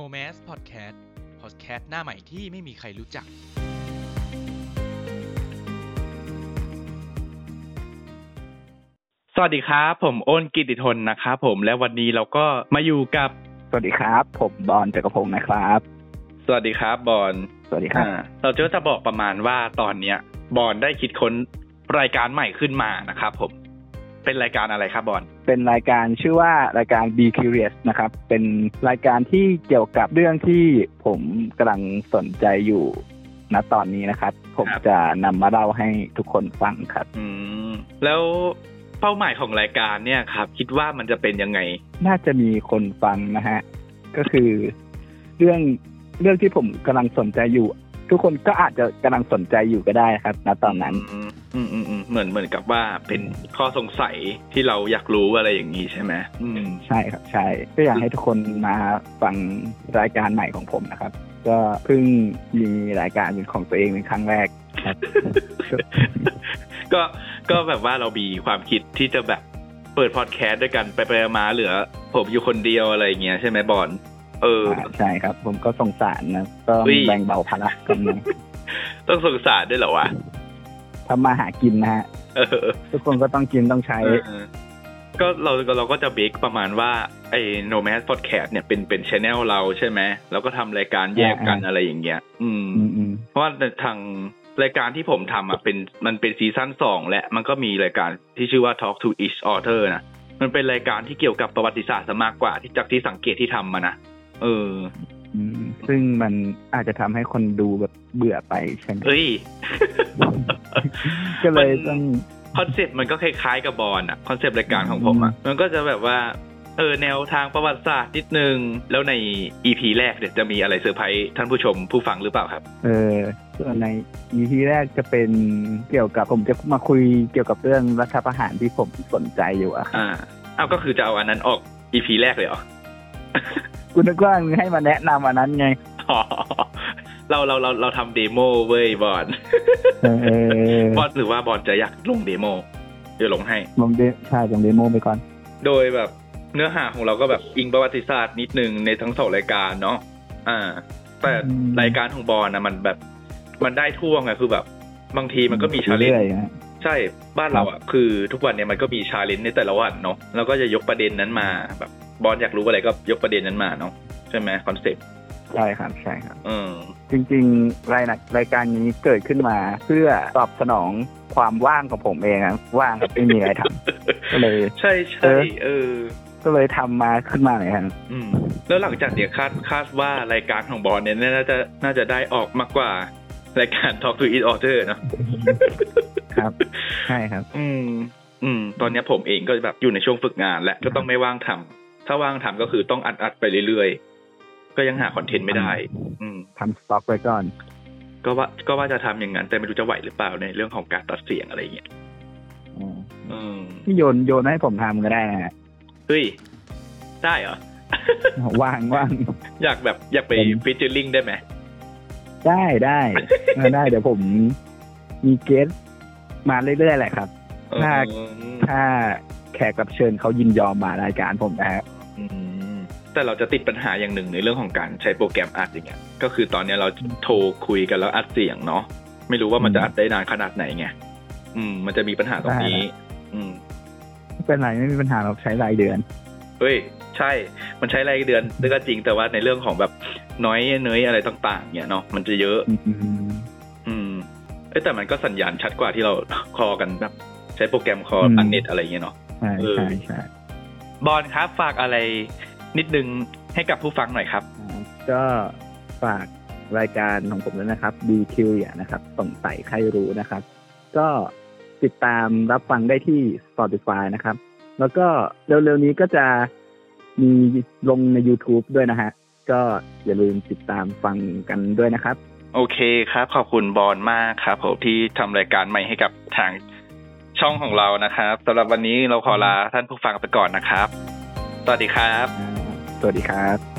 Nomads Podcast หน้าใหม่ที่ไม่มีใครรู้จักสวัสดีครับผมอ้นกิตติทนนะครับผมและวันนี้เราก็มาอยู่กับสวัสดีครับผมบอลจักรพงศ์นะครับสวัสดีครับบอลสวัสดีครับเราจะบอกประมาณว่าตอนเนี้ยบอลได้คิดค้นรายการใหม่ขึ้นมานะครับผมเป็นรายการอะไรครับบอลเป็นรายการชื่อว่ารายการ Be Curious นะครับเป็นรายการที่เกี่ยวกับเรื่องที่ผมกำลังสนใจอยู่ณตอนนี้นะครับผมจะนำมาเล่าให้ทุกคนฟังครับแล้วเป้าหมายของรายการเนี่ยครับคิดว่ามันจะเป็นยังไงน่าจะมีคนฟังนะฮะก็คือเรื่องที่ผมกำลังสนใจอยู่ทุกคนก็อาจจะกำลังสนใจอยู่ก็ได้ครับณตอนนั้นเหมือนกับว่าเป็นข้อสงสัยที่เราอยากรู้อะไรอย่างนี้ใช่ไหมใช่ครับใช่ก็อยากให้ทุกคนมาฟังรายการใหม่ของผมนะครับก็เพิ่งมีรายการเป็นของตัวเองเป็นครั้งแรกครับก็แบบว่าเรามีความคิดที่จะแบบเปิดพอดแคสต์ด้วยกันไปมาเหลือผมอยู่คนเดียวอะไรอย่างเงี้ยใช่ไหมบอลใช่ครับผมก็สงสารนะก็แบ่งเบาภาระกันนะต้องสงสารด้วยเหรอวะทำมาหากินนะฮะทุกคนก็ต้องกินต้องใช้ก็เราก็จะเบรกประมาณว่าไอ้ Nomads Podcast เนี่ยเป็น channel เราใช่ไหมแล้วก็ทำรายการแยกกันอะไรอย่างเงี้ยเพราะว่าทางรายการที่ผมทำอ่ะมันเป็นซีซั่น2และมันก็มีรายการที่ชื่อว่า Talk to Each Author นะมันเป็นรายการที่เกี่ยวกับประวัติศาสตร์ซะมากกว่าที่จากที่สังเกตที่ทำมานะซึ่งมันอาจจะทำให้คนดูแบบเบื่อไปใช่ไหมก็เลยต้องคอนเซ็ปต์มันก็คล้ายๆกับบอลอ่ะคอนเซ็ปต์รายการของผมอ่ะมันก็จะแบบว่าแนวทางประวัติศาสตร์นิดนึงแล้วใน EP แรกเนี่ยจะมีอะไรเซอร์ไพรส์ท่านผู้ชมผู้ฟังหรือเปล่าครับส่วนใน EP แรกจะเป็นเกี่ยวกับผมจะมาคุยเกี่ยวกับเรื่องรัฐประหารที่ผมสนใจอยู่อะครับก็คือจะเอาอันนั้นออก EP แรกเลยเหรอกูนึกว่าให้มาแนะนำอันนั้นไงเราทำเดโมเว้ยบอลบอลหรือว่าบอลจะอยากลงเดโมเดี๋ยวลงให้ลงเดโมไปก่อนโดยแบบเนื้อหาของเราก็แบบอิงประวัติศาสตร์นิดนึงในทั้ง2รายการเนาะแต่รายการของบอลนะมันแบบมันได้ทั่วไงคือแบบบางทีมันก็มีชาเลนจ์ใช่บ้านเราอ่ะคือทุกวันเนี่ยมันก็มีชาเลนจ์ในแต่ละวันเนาะแล้วก็จะยกประเด็นนั้นมาแบบบอลอยากรู้อะไรก็ยกประเด็นนั้นมาเนาะใช่ไหมคอนเซ็ปต์ใช่ครับจริงๆรายการนี้เกิดขึ้นมาเพื่อตอบสนองความว่างของผมเองนะว่างครับไม่มีอะไรทำก็เลยใช่ก็เลยทำมาขึ้นมาเลยครับแล้วหลังจากเดี๋ยวคาดว่ารายการของบอลเนี่ยน่าจะได้ออกมากกว่ารายการ Talk to Each Author เนาะครับใช่ครับตอนนี้ผมเองก็แบบอยู่ในช่วงฝึกงานและก็ต้องไม่ว่างทำถ้าว่างทำก็คือต้องอัดไปเรื่อยๆก็ยังหาคอนเทนต์ไม่ได้ทำสต็อกไว้ก่อนก็ว่าจะทำอย่างนั้นแต่ไม่รู้จะไหวหรือเปล่าในเรื่องของการตัดเสียงอะไรอย่างเงี้ยที่โยนให้ผมทำก็ได้นะฮะเฮ้ยได้เหรอว่างอยากไปฟีเจอริ่งได้ไหมได้เดี๋ยวผมมีเกสมาเรื่อยๆแหละครับถ้าแขกรับเชิญเขายินยอมมารายการผมนะครับแต่เราจะติดปัญหาอย่างหนึ่งในเรื่องของการใช้โปรแกรมอัดอย่างเงี้ยก็คือตอนนี้เราโทรคุยกันแล้วอัดเสียงเนาะไม่รู้ว่ามันจะอัดได้นานขนาดไหนไงมันจะมีปัญหาตรงนี้ไม่เป็นไรไม่มีปัญหาเราใช้รายเดือนเฮ้ยใช่มันใช้รายเดือนก็จริงแต่ว่าในเรื่องของแบบน้อยเนยอะไรต่างๆเนี่ยเนาะมันจะเยอะแต่มันก็สัญญาณชัดกว่าที่เราคอกันแบบใช้โปรแกรมคอลอันเน็ตอะไรเงี้ยเนาะใช่บอลครับฝากอะไรนิดนึงให้กับผู้ฟังหน่อยครับก็ฝากรายการของผมด้วยนะครับ Be Curious นะครับสงสัยใครรู้นะครับก็ติดตามรับฟังได้ที่ Spotify นะครับแล้วก็เร็วๆนี้ก็จะมีลงใน YouTube ด้วยนะฮะก็อย่าลืมติดตามฟังกันด้วยนะครับโอเคครับขอบคุณบอลมากครับผมที่ทำรายการใหม่ให้กับทางช่องของเรานะครับสำหรับวันนี้เราขอลาท่านผู้ฟังไปก่อนนะครับสวัสดีครับสวัสดีครับ